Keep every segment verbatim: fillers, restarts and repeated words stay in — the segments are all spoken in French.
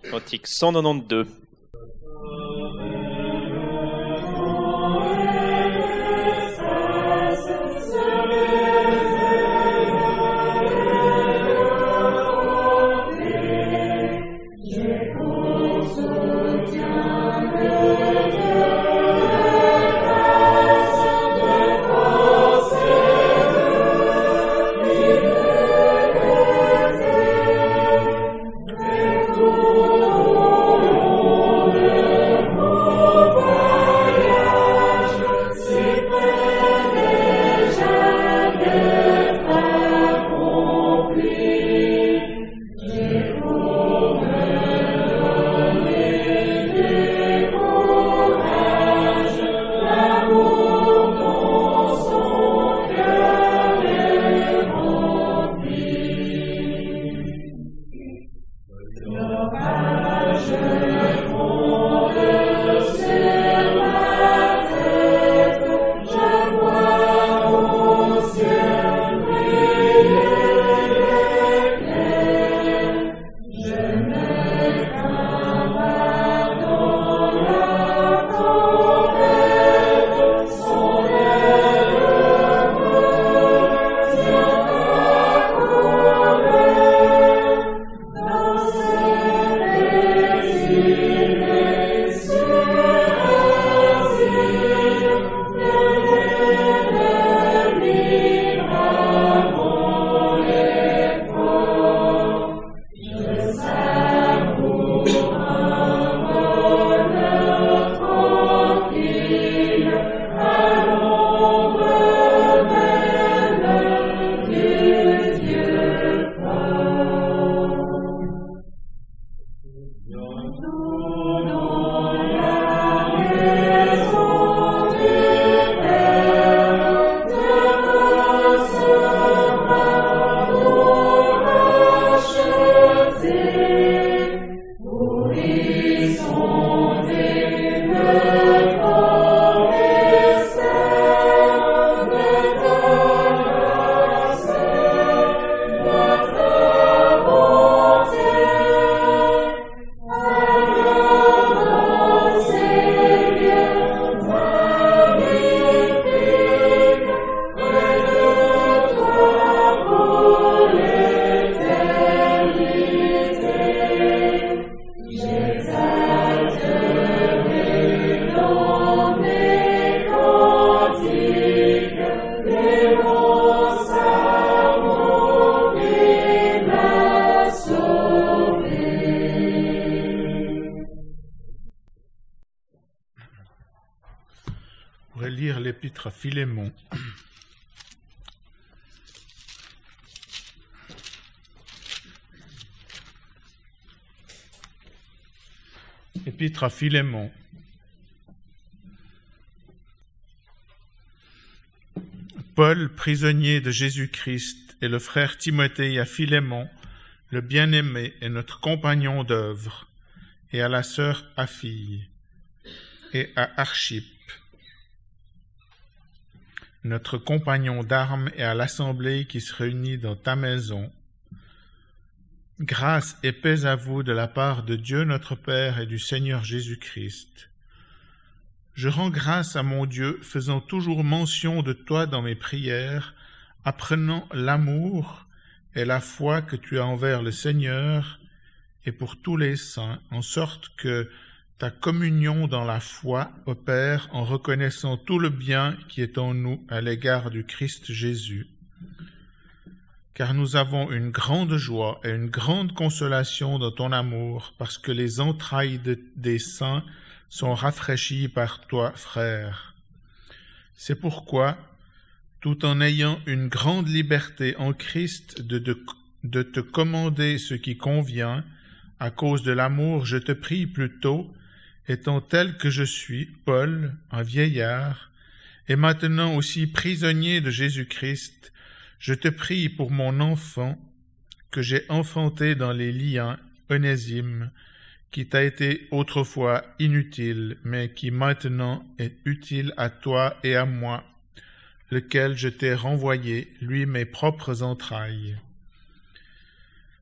Cantique cent quatre-vingt-douze. On va lire l'épître à Philémon. Épître à Philémon. Paul, prisonnier de Jésus-Christ, et le frère Timothée à Philémon, le bien-aimé et notre compagnon d'œuvre, et à la sœur Aphille, et à Archippe, notre compagnon d'armes, et à l'assemblée qui se réunit dans ta maison. Grâce et paix à vous de la part de Dieu notre Père et du Seigneur Jésus-Christ. Je rends grâce à mon Dieu, faisant toujours mention de toi dans mes prières, apprenant l'amour et la foi que tu as envers le Seigneur et pour tous les saints, en sorte que ta communion dans la foi opère en reconnaissant tout le bien qui est en nous à l'égard du Christ Jésus. Car nous avons une grande joie et une grande consolation dans ton amour, parce que les entrailles de, des saints sont rafraîchies par toi, frère. C'est pourquoi, tout en ayant une grande liberté en Christ de, de, de te commander ce qui convient, à cause de l'amour, je te prie plutôt, étant tel que je suis, Paul, un vieillard, et maintenant aussi prisonnier de Jésus-Christ, je te prie pour mon enfant, que j'ai enfanté dans les liens, Onésime, qui t'a été autrefois inutile, mais qui maintenant est utile à toi et à moi, lequel je t'ai renvoyé, lui mes propres entrailles.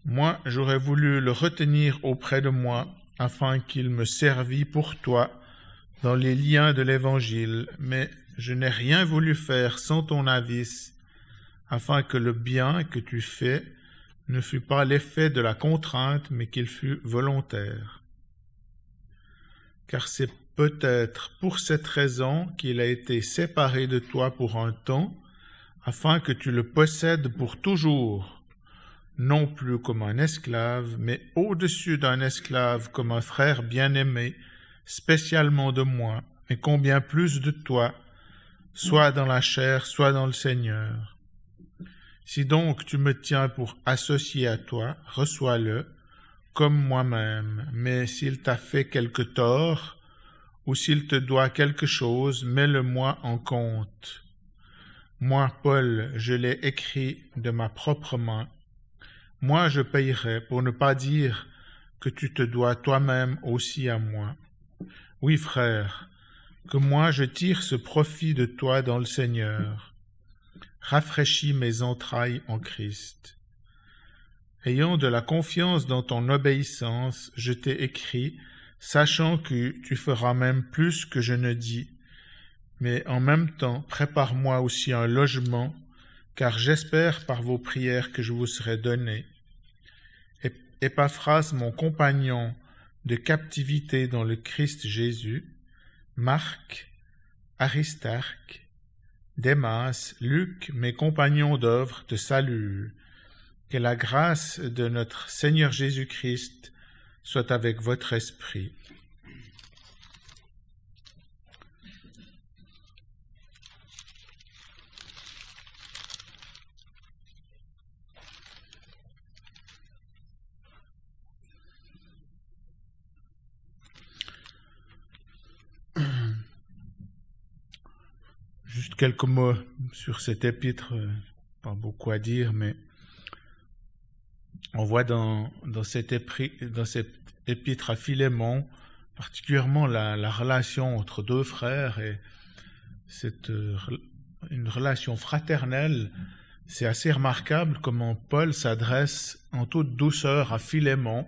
Moi, j'aurais voulu le retenir auprès de moi, afin qu'il me servît pour toi dans les liens de l'Évangile, mais je n'ai rien voulu faire sans ton avis, afin que le bien que tu fais ne fût pas l'effet de la contrainte, mais qu'il fût volontaire. Car c'est peut-être pour cette raison qu'il a été séparé de toi pour un temps, afin que tu le possèdes pour toujours, non plus comme un esclave, mais au-dessus d'un esclave comme un frère bien-aimé, spécialement de moi, et combien plus de toi, soit dans la chair, soit dans le Seigneur. Si donc tu me tiens pour associé à toi, reçois-le, comme moi-même, mais s'il t'a fait quelque tort, ou s'il te doit quelque chose, mets-le-moi en compte. Moi, Paul, je l'ai écrit de ma propre main. Moi, je payerai, pour ne pas dire que tu te dois toi-même aussi à moi. Oui, frère, que moi je tire ce profit de toi dans le Seigneur. Rafraîchis mes entrailles en Christ. Ayant de la confiance dans ton obéissance, je t'ai écrit, sachant que tu feras même plus que je ne dis. Mais en même temps, prépare-moi aussi un logement, car j'espère par vos prières que je vous serai donné. Épaphras, mon compagnon de captivité dans le Christ Jésus, Marc, Aristarque, Démas, Luc, mes compagnons d'œuvre te saluent. Que la grâce de notre Seigneur Jésus-Christ soit avec votre esprit. Juste quelques mots sur cet épître, pas beaucoup à dire, mais on voit dans, dans, cette, épri, dans cette épître à Philémon, particulièrement la, la relation entre deux frères et cette, une relation fraternelle. C'est assez remarquable comment Paul s'adresse en toute douceur à Philémon.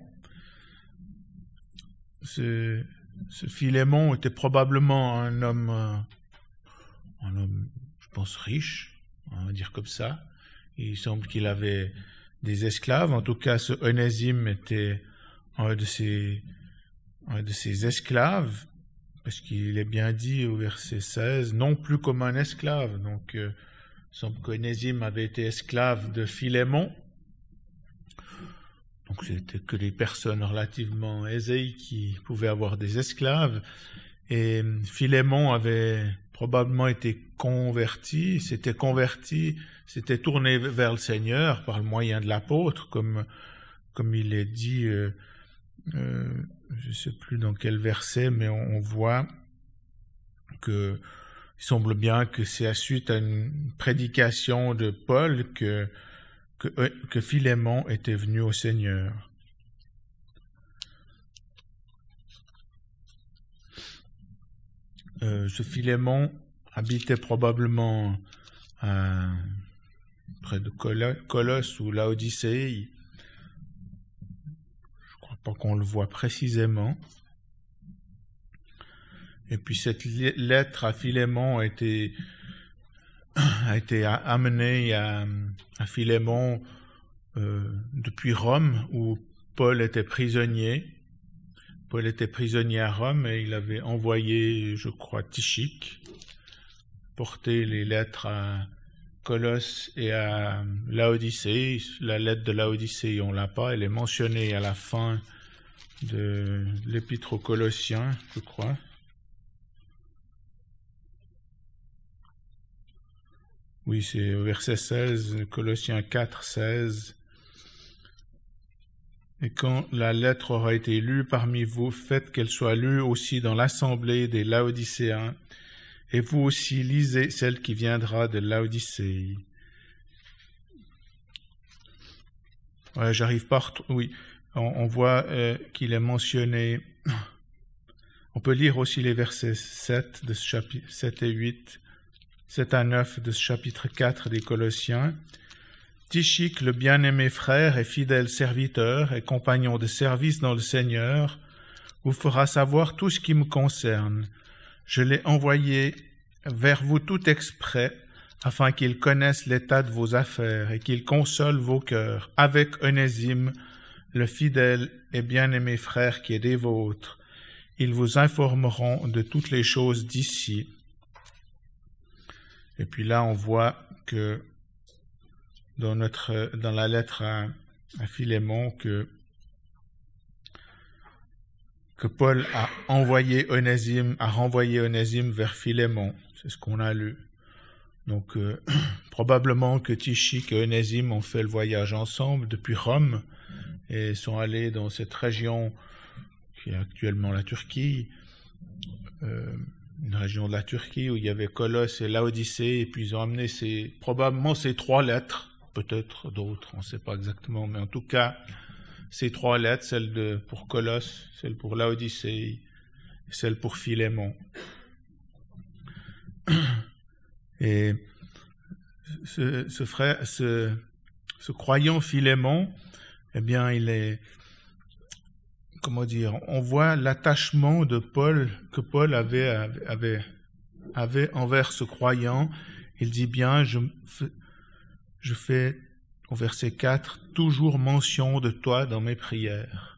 Ce, ce Philémon était probablement un homme, un homme, je pense, riche, on va dire comme ça. Il semble qu'il avait des esclaves. En tout cas, ce Onésime était un de ses, un de ses esclaves, parce qu'il est bien dit au verset seize, non plus comme un esclave. Donc, euh, il semble qu'Onésime avait été esclave de Philémon. Donc, c'était que les personnes relativement aisées qui pouvaient avoir des esclaves. Et Philémon avait probablement été converti, s'était converti, s'était tourné vers le Seigneur par le moyen de l'apôtre, comme, comme il est dit, euh, euh, je ne sais plus dans quel verset, mais on, on voit que il semble bien que c'est à suite à une prédication de Paul que, que, que Philémon était venu au Seigneur. Euh, ce Philémon habitait probablement à, près de Colosse ou Laodicée. Je ne crois pas qu'on le voit précisément. Et puis cette lettre à Philémon a été, a été amenée à, à Philémon euh, depuis Rome, où Paul était prisonnier. Paul était prisonnier à Rome et il avait envoyé, je crois, Tychique porter les lettres à Colosse et à Laodicée. La lettre de Laodicée, on l'a pas, elle est mentionnée à la fin de l'épître aux Colossiens, je crois. Oui, c'est au verset seize, Colossiens quatre, seize. Et quand la lettre aura été lue parmi vous, faites qu'elle soit lue aussi dans l'assemblée des Laodicéens, et vous aussi lisez celle qui viendra de Laodicée. Ouais, j'arrive pas à ret- oui, on, on voit euh, qu'il est mentionné. On peut lire aussi les versets sept, de ce chapitre, sept et huit, sept à neuf de ce chapitre quatre des Colossiens. Tychik, le bien-aimé frère et fidèle serviteur et compagnon de service dans le Seigneur, vous fera savoir tout ce qui me concerne. Je l'ai envoyé vers vous tout exprès, afin qu'il connaisse l'état de vos affaires et qu'il console vos cœurs, avec Onésime, le fidèle et bien-aimé frère qui est des vôtres. Ils vous informeront de toutes les choses d'ici. Et puis là, on voit que dans, notre, dans la lettre à, à Philémon, que, que Paul a envoyé Onésime, a renvoyé Onésime vers Philémon. C'est ce qu'on a lu. Donc, euh, probablement que Tychik et Onésime ont fait le voyage ensemble depuis Rome et sont allés dans cette région qui est actuellement la Turquie, euh, une région de la Turquie où il y avait Colosse et Laodicée, et puis ils ont amené ces, probablement ces trois lettres, peut-être d'autres, on ne sait pas exactement, mais en tout cas, ces trois lettres, celle de, pour Colosse, celle pour Laodicée, et celle pour Philémon. Et ce, ce frère, ce, ce croyant Philémon, eh bien, il est, comment dire, on voit l'attachement de Paul, que Paul avait, avait, avait envers ce croyant. Il dit bien, je, je fais, au verset quatre, toujours mention de toi dans mes prières.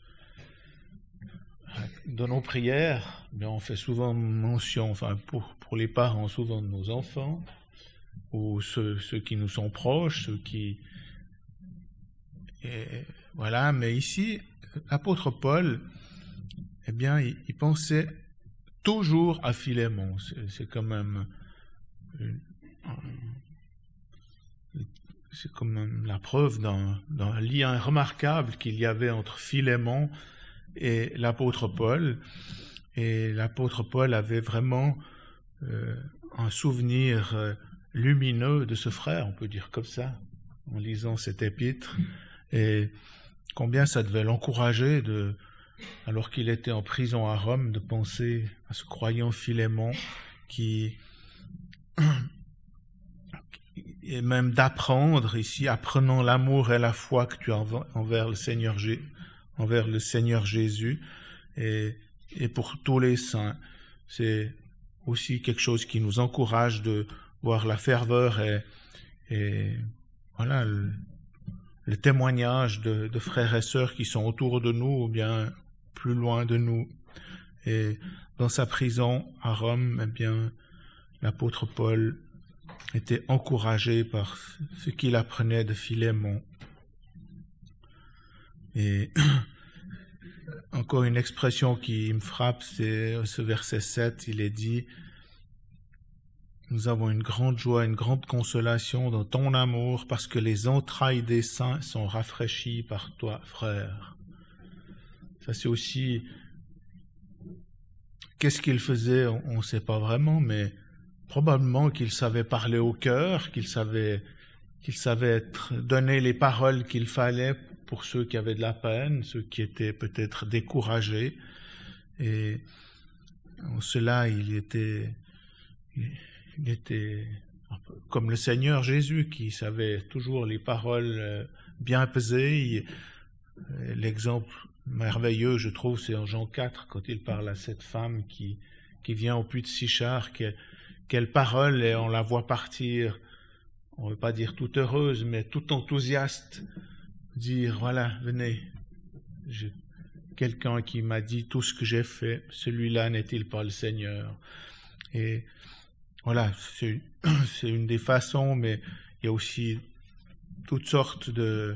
Dans nos prières, mais on fait souvent mention, enfin pour, pour les parents, souvent de nos enfants, ou ceux, ceux qui nous sont proches, ceux qui... Et voilà, mais ici, l'apôtre Paul, eh bien, il, il pensait toujours à Philémon. C'est, c'est quand même... Une, c'est quand même la preuve d'un, d'un lien remarquable qu'il y avait entre Philémon et l'apôtre Paul. Et l'apôtre Paul avait vraiment euh, un souvenir euh, lumineux de ce frère, on peut dire comme ça, en lisant cet épître. Et combien ça devait l'encourager, de, alors qu'il était en prison à Rome, de penser à ce croyant Philémon qui... et même d'apprendre ici, apprenant l'amour et la foi que tu as envers le Seigneur, envers le Seigneur Jésus et, et pour tous les saints. C'est aussi quelque chose qui nous encourage de voir la ferveur et, et voilà, le, le témoignage de, de frères et sœurs qui sont autour de nous ou bien plus loin de nous. Et dans sa prison à Rome, eh bien, l'apôtre Paul était encouragé par ce qu'il apprenait de Philémon. Et encore une expression qui me frappe, c'est ce verset sept, il est dit « Nous avons une grande joie, une grande consolation dans ton amour, parce que les entrailles des saints sont rafraîchies par toi, frère. » Ça c'est aussi... Qu'est-ce qu'il faisait? On ne sait pas vraiment, mais probablement qu'il savait parler au cœur, qu'il savait, qu'il savait être, donner les paroles qu'il fallait pour ceux qui avaient de la peine, ceux qui étaient peut-être découragés. Et en cela, il était, il était comme le Seigneur Jésus qui savait toujours les paroles bien pesées. L'exemple merveilleux, je trouve, c'est en Jean quatre, quand il parle à cette femme qui, qui vient au puits de Sichar, qui quelle parole, et on la voit partir, on ne veut pas dire toute heureuse, mais tout enthousiaste, dire, voilà, venez, j'ai quelqu'un qui m'a dit tout ce que j'ai fait, celui-là n'est-il pas le Seigneur? Et voilà, c'est, c'est une des façons, mais il y a aussi toutes sortes de,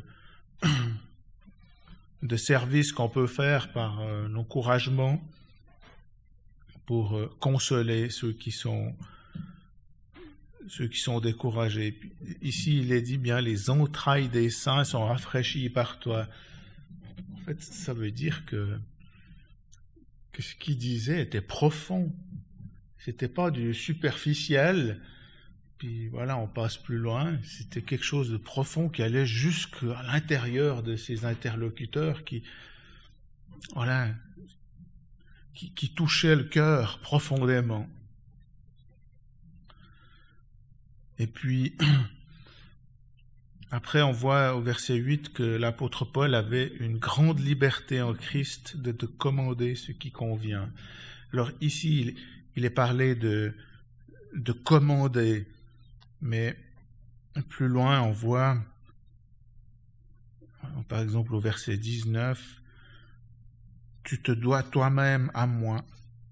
de services qu'on peut faire par euh, l'encouragement pour euh, consoler ceux qui sont ceux qui sont découragés. Ici, il est dit bien, les entrailles des saints sont rafraîchies par toi. En fait, ça veut dire que, que ce qu'il disait était profond. C'était pas du superficiel, puis voilà, on passe plus loin. C'était quelque chose de profond qui allait jusqu'à l'intérieur de ses interlocuteurs, qui, voilà, qui, qui touchait le cœur profondément. Et puis, après, on voit au verset huit que l'apôtre Paul avait une grande liberté en Christ de te commander ce qui convient. Alors ici, il, il est parlé de, de commander, mais plus loin, on voit, par exemple au verset dix-neuf, « Tu te dois toi-même à moi ».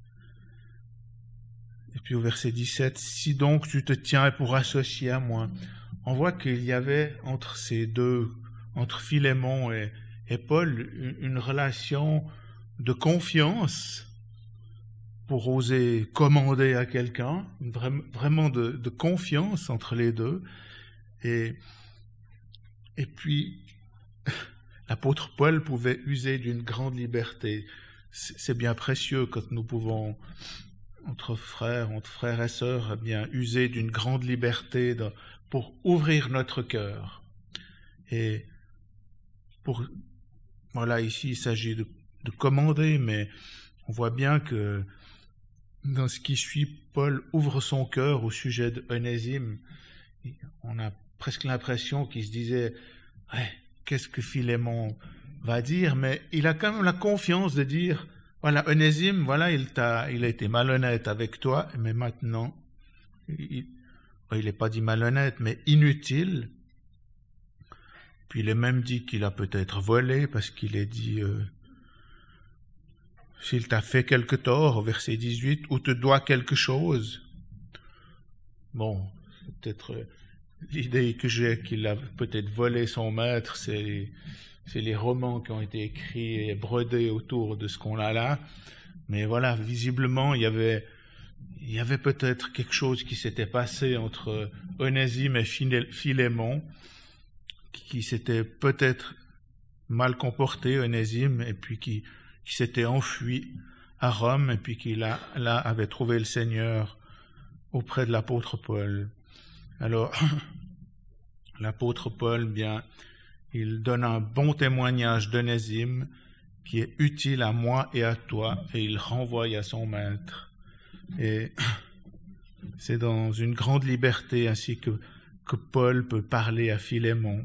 Et puis au verset dix-sept, « Si donc tu te tiens pour associé à moi ». On voit qu'il y avait entre ces deux, entre Philémon et, et Paul, une, une relation de confiance pour oser commander à quelqu'un, vraiment de, de confiance entre les deux. Et, et puis, l'apôtre Paul pouvait user d'une grande liberté. C'est bien précieux quand nous pouvons, entre frères, entre frères et sœurs, eh bien user d'une grande liberté de, pour ouvrir notre cœur. Et pour, voilà, ici, il s'agit de, de commander, mais on voit bien que dans ce qui suit, Paul ouvre son cœur au sujet d'Onésime. On a presque l'impression qu'il se disait ouais, « Qu'est-ce que Philémon va dire ?» Mais il a quand même la confiance de dire « Voilà, Onésime, voilà, il, t'a, il a été malhonnête avec toi, mais maintenant, il n'est pas dit malhonnête, mais inutile. » Puis il est même dit qu'il a peut-être volé, parce qu'il est dit euh, « S'il t'a fait quelque tort, au verset dix-huit, ou te doit quelque chose. » Bon, c'est peut-être... Euh, l'idée que j'ai qu'il a peut-être volé son maître, c'est, c'est les romans qui ont été écrits et brodés autour de ce qu'on a là. Mais voilà, visiblement, il y avait, il y avait peut-être quelque chose qui s'était passé entre Onésime et Philémon, qui s'était peut-être mal comporté, Onésime, et puis qui, qui s'était enfui à Rome, et puis qui là, là avait trouvé le Seigneur auprès de l'apôtre Paul. Alors, l'apôtre Paul, bien, il donne un bon témoignage d'Onésime qui est utile à moi et à toi, et il renvoie à son maître. Et c'est dans une grande liberté ainsi que, que Paul peut parler à Philémon.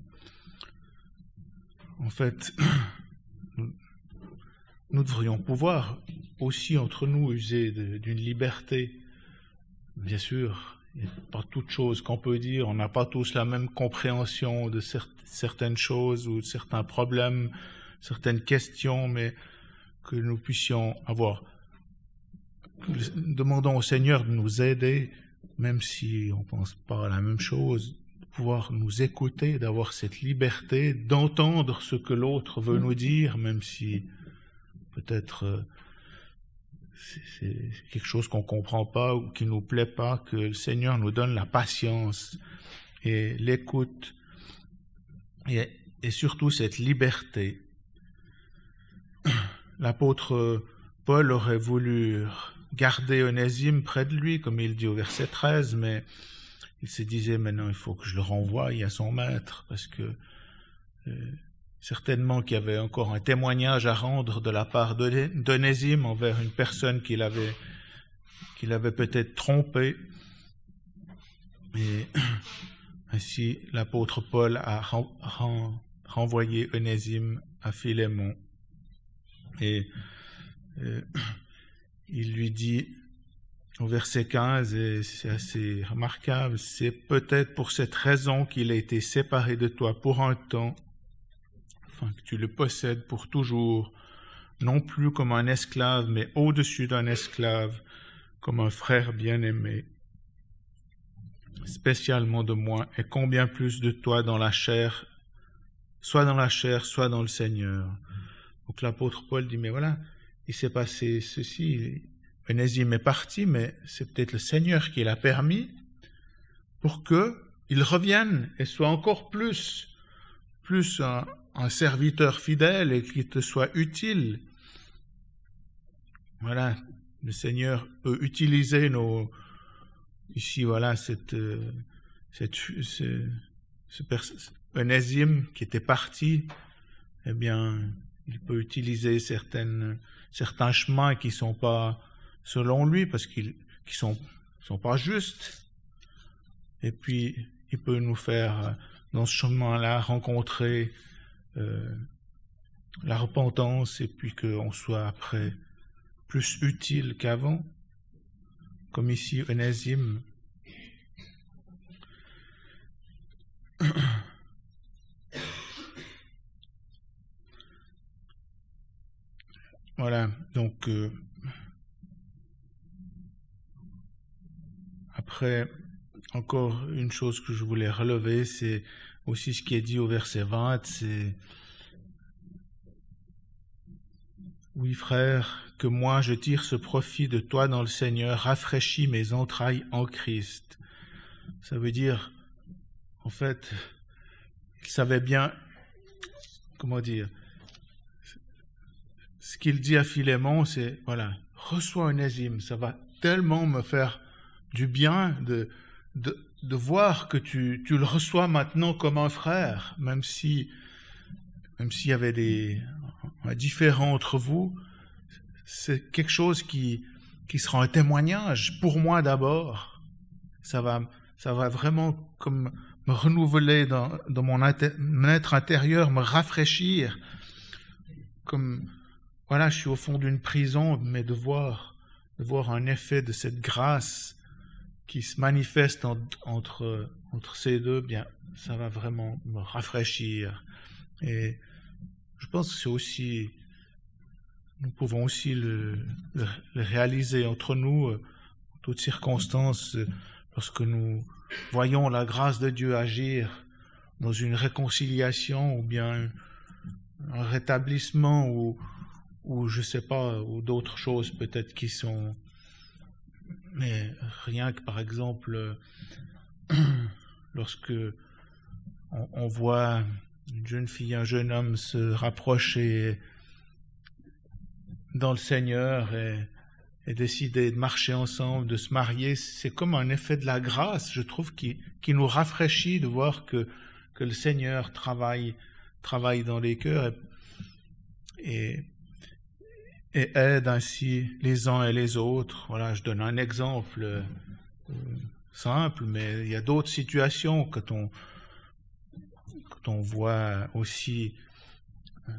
En fait, nous, nous devrions pouvoir aussi entre nous user de, d'une liberté, bien sûr. Il n'y a pas toutes choses qu'on peut dire, on n'a pas tous la même compréhension de cer- certaines choses ou de certains problèmes, certaines questions, mais que nous puissions avoir, demandons au Seigneur de nous aider, même si on ne pense pas à la même chose, de pouvoir nous écouter, d'avoir cette liberté, d'entendre ce que l'autre veut nous dire, même si peut-être... Euh, c'est quelque chose qu'on ne comprend pas ou qui ne nous plaît pas, que le Seigneur nous donne la patience et l'écoute et, et surtout cette liberté. L'apôtre Paul aurait voulu garder Onésime près de lui, comme il dit au verset treize, mais il se disait maintenant il faut que je le renvoie à son maître, parce que euh, certainement qu'il y avait encore un témoignage à rendre de la part d'Onésime envers une personne qu'il avait, qu'il avait peut-être trompée. Et ainsi, l'apôtre Paul a ren, ren, renvoyé Onésime à Philémon. Et euh, il lui dit au verset quinze, et c'est assez remarquable, c'est peut-être pour cette raison qu'il a été séparé de toi pour un temps, afin que tu le possèdes pour toujours, non plus comme un esclave, mais au-dessus d'un esclave, comme un frère bien-aimé, spécialement de moi, et combien plus de toi dans la chair, soit dans la chair, soit dans le Seigneur. Donc l'apôtre Paul dit, mais voilà, il s'est passé ceci, Onésime est parti, mais c'est peut-être le Seigneur qui l'a permis pour qu'il revienne et soit encore plus, plus un, un serviteur fidèle et qu'il te soit utile. Voilà, le Seigneur peut utiliser nos... Ici, voilà, cette, cette, ce, ce pers- Onésime qui était parti, eh bien, il peut utiliser certaines, certains chemins qui ne sont pas selon lui, parce qu'ils qui sont, sont pas justes. Et puis, il peut nous faire, dans ce chemin-là, rencontrer euh, la repentance et puis qu'on soit après plus utile qu'avant, comme ici Onésime. Voilà, donc euh, après, encore une chose que je voulais relever, c'est aussi ce qui est dit au verset vingt, c'est « Oui, frère, que moi je tire ce profit de toi dans le Seigneur, rafraîchis mes entrailles en Christ. » Ça veut dire, en fait, il savait bien, comment dire, ce qu'il dit à Philémon, c'est, voilà, reçois Onésime, ça va tellement me faire du bien de, de, de voir que tu, tu le reçois maintenant comme un frère, même si, même s'il y avait des différends entre vous, c'est quelque chose qui, qui sera un témoignage pour moi d'abord. Ça va, ça va vraiment comme me renouveler dans, dans mon, inter, mon être intérieur, me rafraîchir, comme voilà, je suis au fond d'une prison, mais de voir, de voir un effet de cette grâce qui se manifeste en, entre, entre ces deux, bien, ça va vraiment me rafraîchir. Et je pense que c'est aussi, nous pouvons aussi le, le, le réaliser entre nous, en toutes circonstances, lorsque nous voyons la grâce de Dieu agir dans une réconciliation ou bien un rétablissement ou, ou je sais pas, ou d'autres choses peut-être qui sont... Mais rien que par exemple, lorsque on, on voit une jeune fille, un jeune homme se rapprocher dans le Seigneur et, et décider de marcher ensemble, de se marier, c'est comme un effet de la grâce, je trouve, qui, qui nous rafraîchit de voir que, que le Seigneur travaille, travaille dans les cœurs et, et et aide ainsi les uns et les autres. Voilà, je donne un exemple euh, simple, mais il y a d'autres situations quand on, quand on voit aussi, euh,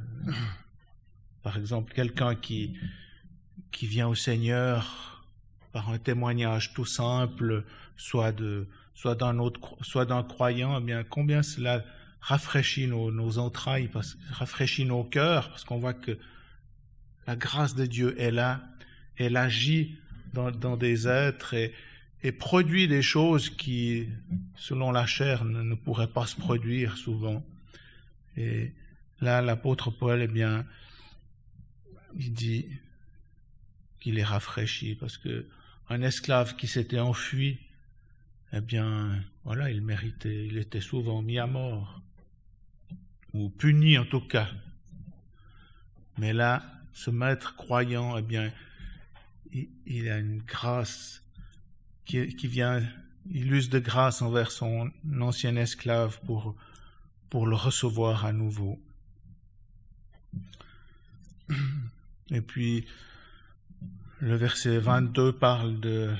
par exemple, quelqu'un qui, qui vient au Seigneur par un témoignage tout simple, soit de, soit d'un autre, soit d'un croyant, eh bien, combien cela rafraîchit nos, nos entrailles, parce, rafraîchit nos cœurs, parce qu'on voit que la grâce de Dieu est là, elle agit dans, dans des êtres et, et produit des choses qui, selon la chair, ne, ne pourraient pas se produire souvent. Et là, l'apôtre Paul, eh bien, il dit qu'il est rafraîchi parce que un esclave qui s'était enfui, eh bien, voilà, il méritait, il était souvent mis à mort ou puni en tout cas. Mais là, ce maître croyant, eh bien, il, il a une grâce qui, qui vient, il use de grâce envers son ancien esclave pour, pour le recevoir à nouveau. Et puis, le verset vingt-deux parle de,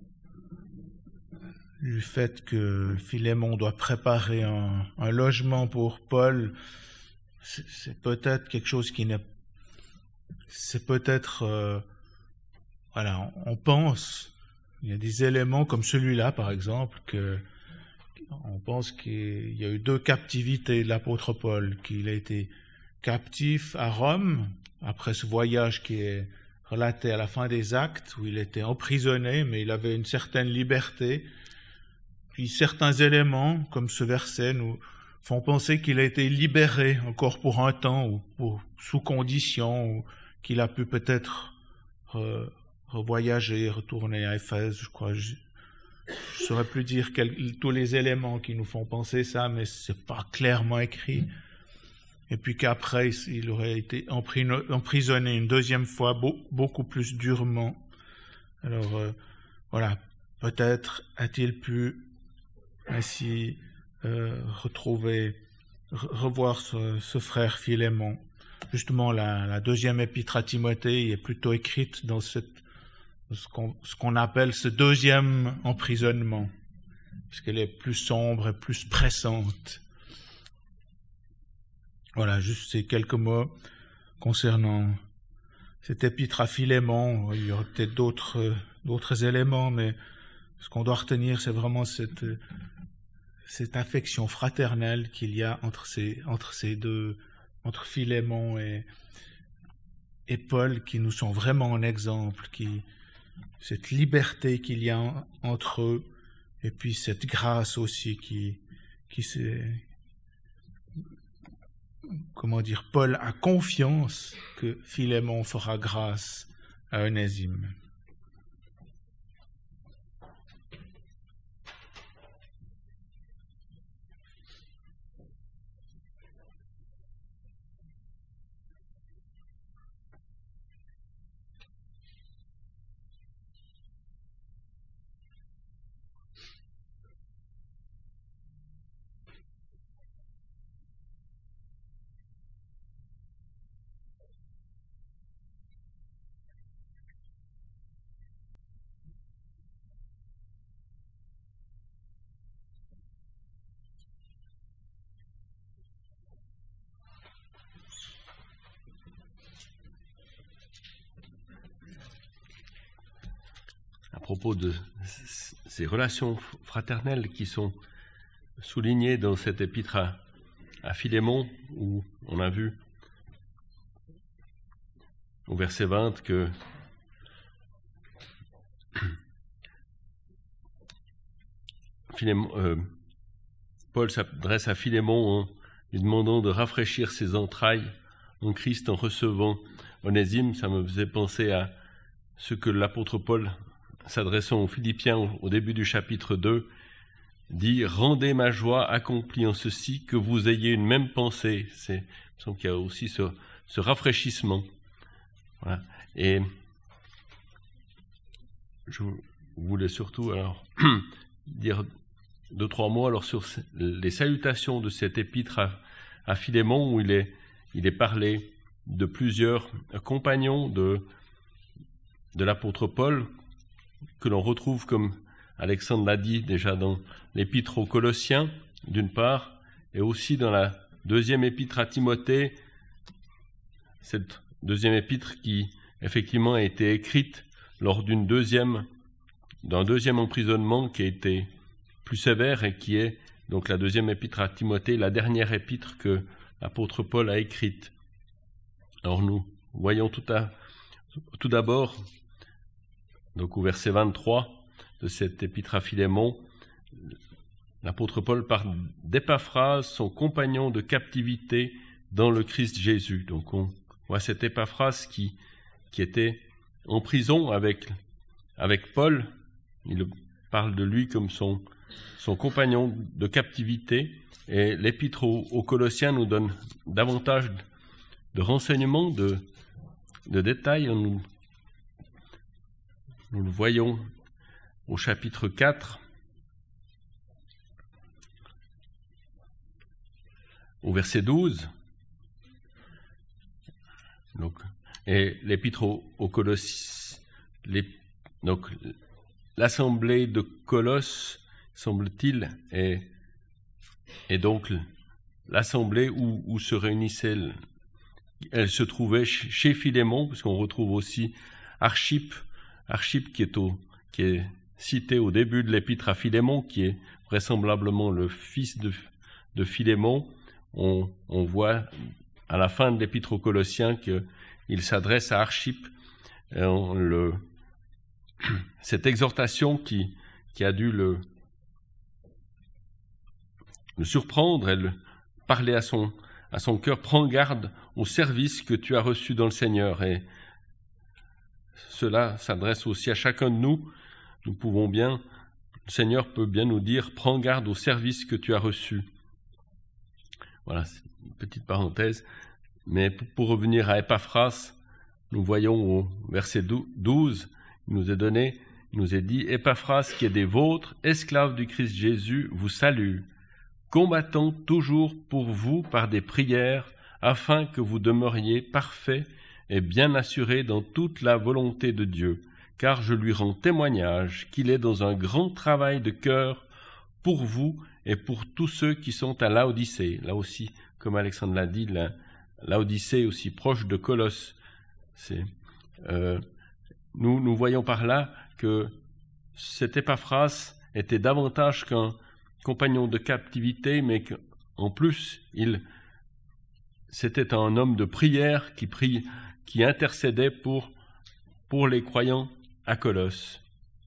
du fait que Philémon doit préparer un, un logement pour Paul. C'est, c'est peut-être quelque chose qui n'est C'est peut-être, euh, voilà, on, on pense, il y a des éléments comme celui-là, par exemple, que on pense qu'il y a eu deux captivités de l'apôtre Paul, qu'il a été captif à Rome, après ce voyage qui est relaté à la fin des Actes, où il était emprisonné, mais il avait une certaine liberté. Puis certains éléments, comme ce verset, nous font penser qu'il a été libéré encore pour un temps, ou pour, sous condition, ou qu'il a pu peut-être re, revoyager, retourner à Éphèse, je crois. Je ne saurais plus dire quel, tous les éléments qui nous font penser ça, mais ce n'est pas clairement écrit. Et puis qu'après, il aurait été emprisonné une deuxième fois, beaucoup plus durement. Alors, euh, voilà, peut-être a-t-il pu ainsi euh, retrouver, revoir ce, ce frère Philémon. Justement, la, la deuxième épître à Timothée est plutôt écrite dans cette, ce qu'on, ce qu'on appelle ce deuxième emprisonnement, puisqu'elle est plus sombre et plus pressante. Voilà, juste ces quelques mots concernant cette épître à Philémon. Il y aurait peut-être d'autres, d'autres éléments, mais ce qu'on doit retenir, c'est vraiment cette, cette affection fraternelle qu'il y a entre ces, entre ces deux, entre Philémon et, et Paul, qui nous sont vraiment un exemple, qui, cette liberté qu'il y a entre eux, et puis cette grâce aussi qui, qui s'est, comment dire, Paul a confiance que Philémon fera grâce à Onésime. À propos de ces relations fraternelles qui sont soulignées dans cette épître à, à Philémon, où on a vu au verset vingt que Philémon, euh, Paul s'adresse à Philémon en lui demandant de rafraîchir ses entrailles en Christ en recevant Onésime. Ça me faisait penser à ce que l'apôtre Paul, s'adressant aux Philippiens au début du chapitre deux, dit « Rendez ma joie accomplie en ceci, que vous ayez une même pensée ». C'est, il me semble qu'il y a aussi ce, ce rafraîchissement. Voilà. Et je voulais surtout alors dire deux, trois mots alors sur les salutations de cette épître à, à Philémon, où il est, il est parlé de plusieurs compagnons de, de l'apôtre Paul, que l'on retrouve, comme Alexandre l'a dit déjà, dans l'épître aux Colossiens, d'une part, et aussi dans la deuxième épître à Timothée, cette deuxième épître qui, effectivement, a été écrite lors d'une deuxième, d'un deuxième emprisonnement qui a été plus sévère et qui est, donc, la deuxième épître à Timothée, la dernière épître que l'apôtre Paul a écrite. Alors, nous voyons tout, à, tout d'abord, donc au verset vingt-trois de cette épître à Philémon, l'apôtre Paul parle d'Épaphras, son compagnon de captivité dans le Christ Jésus. Donc on voit cet Épaphras qui, qui était en prison avec, avec Paul. Il parle de lui comme son, son compagnon de captivité. Et l'épître aux, aux Colossiens nous donne davantage de renseignements, de, de détails. Nous, nous le voyons au chapitre quatre, au verset douze. Donc, et l'épître aux, aux Colossiens, les, donc l'assemblée de Colosse, semble-t-il, est, est donc l'assemblée où, où se réunissait, elle se trouvait chez Philémon, parce qu'on retrouve aussi Archippe, Archippe qui est, au, qui est cité au début de l'épître à Philémon, qui est vraisemblablement le fils de, de Philémon. On, on voit à la fin de l'épître aux Colossiens qu'il s'adresse à Archippe. Le, cette exhortation qui, qui a dû le, le surprendre, elle parlait à son, à son cœur, « Prends garde au service que tu as reçu dans le Seigneur ». Et cela s'adresse aussi à chacun de nous. Nous pouvons bien, le Seigneur peut bien nous dire « Prends garde au service que tu as reçu ». Voilà, c'est une petite parenthèse. Mais pour revenir à Épaphras, nous voyons au verset douze, il nous est donné, il nous est dit « Épaphras, qui est des vôtres, esclave du Christ Jésus, vous salue, combattant toujours pour vous par des prières, afin que vous demeuriez parfaits et bien assurés dans toute la volonté de Dieu, car je lui rends témoignage qu'il est dans un grand travail de cœur pour vous et pour tous ceux qui sont à Laodicée. Là aussi, comme Alexandre l'a dit, la, Laodicée est aussi proche de Colosse. C'est, euh, nous, nous voyons par là que cet Épaphras était davantage qu'un compagnon de captivité, mais qu'en plus, il, c'était un homme de prière qui, prie, qui intercédait pour, pour les croyants à Colosse.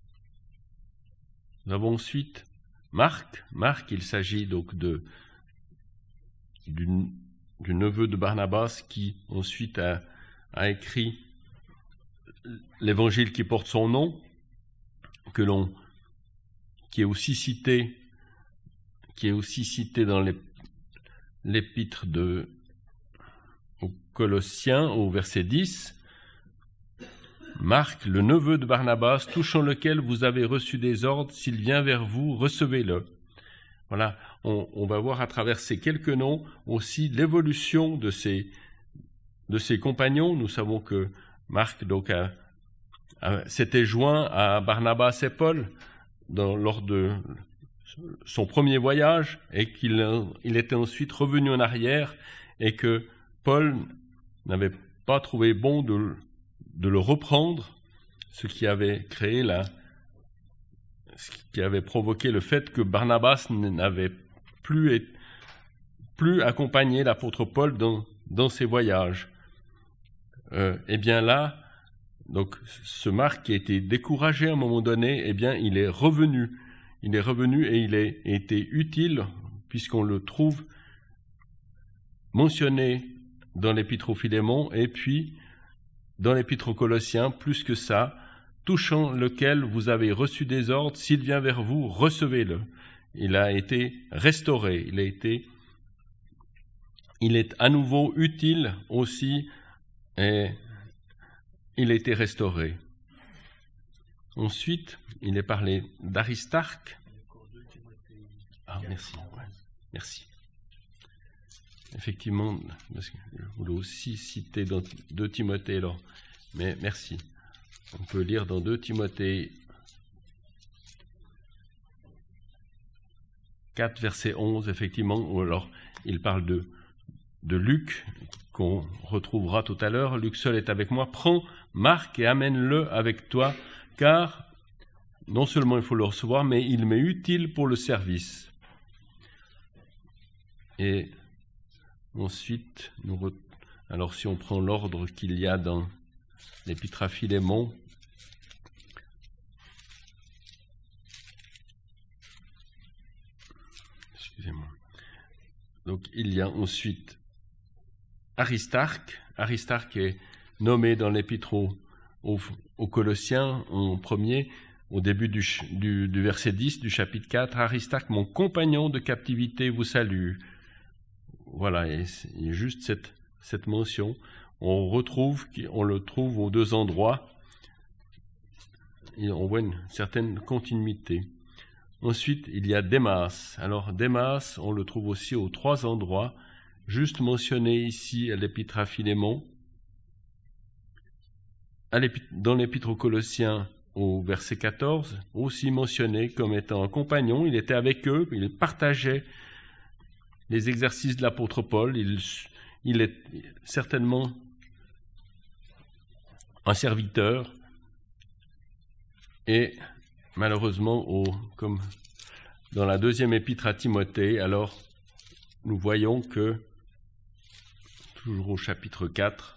Nous avons ensuite Marc. Marc, il s'agit donc de, du, du neveu de Barnabas qui ensuite a, a écrit l'évangile qui porte son nom, que l'on, qui est aussi cité, qui est aussi cité dans les, l'épître de, aux Colossiens, au verset dix. Marc, le neveu de Barnabas, touchant lequel vous avez reçu des ordres, s'il vient vers vous, recevez-le. Voilà, on, on va voir à travers ces quelques noms aussi l'évolution de ces, de ces compagnons. Nous savons que Marc donc a, a, s'était joint à Barnabas et Paul dans, lors de son premier voyage et qu'il il était ensuite revenu en arrière et que Paul n'avait pas trouvé bon de de le reprendre, ce qui avait créé la, ce qui avait provoqué le fait que Barnabas n'avait plus, plus accompagné l'apôtre Paul dans, dans ses voyages. Euh, et bien là, donc ce Marc qui a été découragé à un moment donné, eh bien il est revenu, il est revenu et il a été utile puisqu'on le trouve mentionné dans l'épître aux Philémon et puis dans l'épître aux Colossiens, plus que ça, touchant lequel vous avez reçu des ordres, s'il vient vers vous, recevez-le. Il a été restauré, il a été, il est à nouveau utile aussi, et il a été restauré. Ensuite, il est parlé d'Aristarque. Ah, merci, ouais, merci. Effectivement, parce que je voulais aussi citer dans deux Timothée, alors, mais merci. On peut lire dans deux Timothée quatre, verset onze, effectivement, où alors il parle de, de Luc, qu'on retrouvera tout à l'heure. Luc seul est avec moi. Prends Marc et amène-le avec toi, car non seulement il faut le recevoir, mais il m'est utile pour le service. Et ensuite, nous re... alors si on prend l'ordre qu'il y a dans l'épître à Philémon, excusez-moi. Donc il y a ensuite Aristarque. Aristarque est nommé dans l'épître aux, aux, aux Colossiens en premier, au début du, du, du verset dix du chapitre quatre. Aristarque, mon compagnon de captivité, vous salue. Voilà, et, et juste cette, cette mention, on retrouve, on le trouve aux deux endroits, et on voit une certaine continuité. Ensuite, il y a Démas. Alors, Démas, on le trouve aussi aux trois endroits, juste mentionné ici à l'épître à Philémon, à l'épître, dans l'épître aux Colossiens, au verset quatorze, aussi mentionné comme étant un compagnon. Il était avec eux, il partageait les exercices de l'apôtre Paul. Il, il est certainement un serviteur. Et malheureusement, au, comme dans la deuxième épître à Timothée, alors nous voyons que, toujours au chapitre quatre,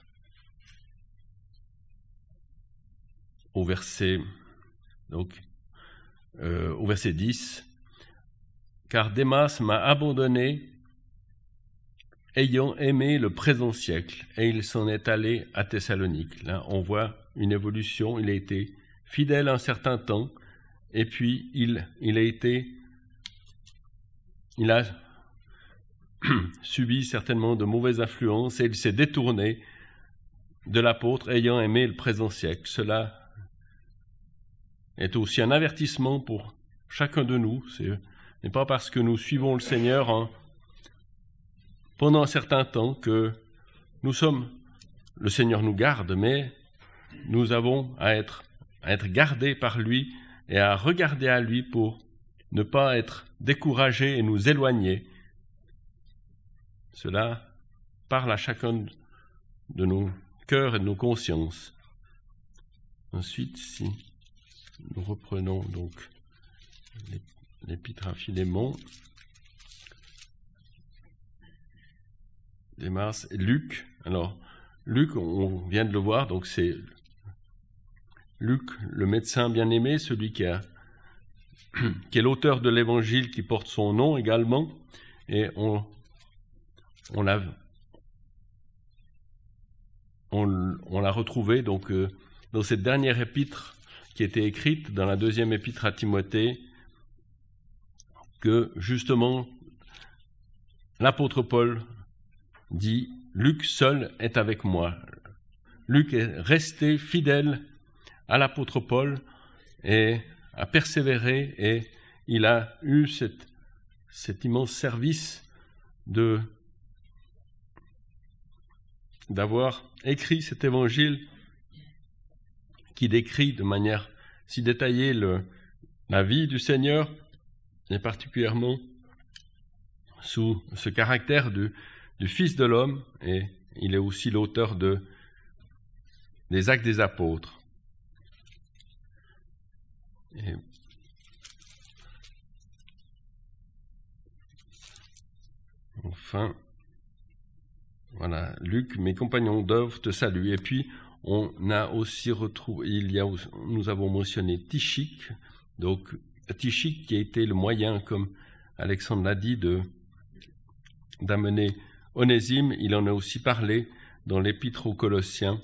au verset, donc, euh, au verset dix, « Car Démas m'a abandonné, ayant aimé le présent siècle, et il s'en est allé à Thessalonique. » Là, on voit une évolution. Il a été fidèle un certain temps, et puis il, il a été, il a subi certainement de mauvaises influences, et il s'est détourné de l'apôtre, ayant aimé le présent siècle. Cela est aussi un avertissement pour chacun de nous. Ce n'est pas parce que nous suivons le Seigneur hein, pendant un certain temps que nous sommes, le Seigneur nous garde, mais nous avons à être, à être gardés par lui et à regarder à lui pour ne pas être découragés et nous éloigner. Cela parle à chacun de nos cœurs et de nos consciences. Ensuite, si nous reprenons donc l'épître à Philémon, Démas, Luc. Alors, Luc, on vient de le voir, donc c'est Luc, le médecin bien-aimé, celui qui, a, qui est l'auteur de l'évangile qui porte son nom également, et on, on l'a on, on l'a retrouvé donc euh, dans cette dernière épître qui était écrite dans la deuxième épître à Timothée, que justement l'apôtre Paul dit « Luc seul est avec moi ». Luc est resté fidèle à l'apôtre Paul et a persévéré, et il a eu cette, cet immense service de, d'avoir écrit cet évangile qui décrit de manière si détaillée le, la vie du Seigneur, et particulièrement sous ce caractère du, du Fils de l'homme, et il est aussi l'auteur de, des Actes des Apôtres. Et enfin, voilà, Luc, mes compagnons d'œuvre te saluent. Et puis, on a aussi retrouvé, il y a, nous avons mentionné Tychik, donc Tychik qui a été le moyen, comme Alexandre l'a dit, de, d'amener Onésime. Il en a aussi parlé dans l'Épître aux Colossiens,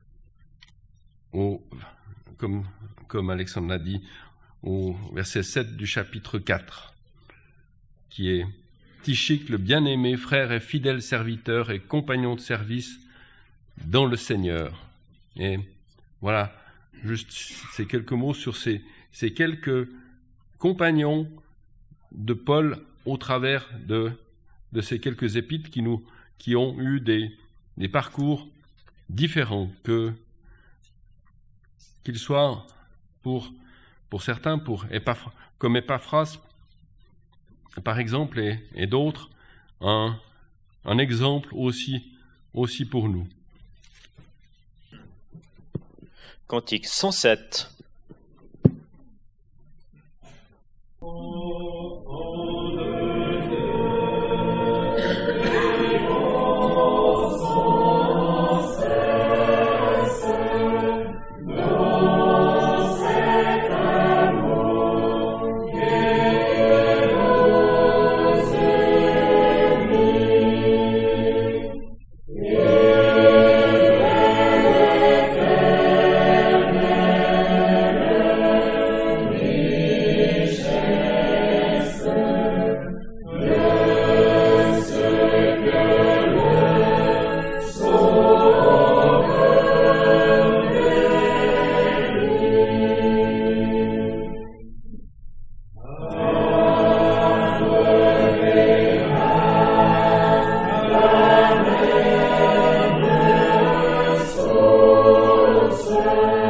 au, comme, comme Alexandre l'a dit, au verset sept du chapitre quatre, qui est Tychik, le bien-aimé frère et fidèle serviteur et compagnon de service dans le Seigneur. Et voilà, juste ces quelques mots sur ces, ces quelques compagnons de Paul au travers de, de ces quelques épîtres qui, nous, qui ont eu des, des parcours différents, que, qu'ils soient pour, pour certains, pour Épaphras, comme Épaphras, par exemple, et, et d'autres, un, un exemple aussi, aussi pour nous. Cantique cent sept. Amen.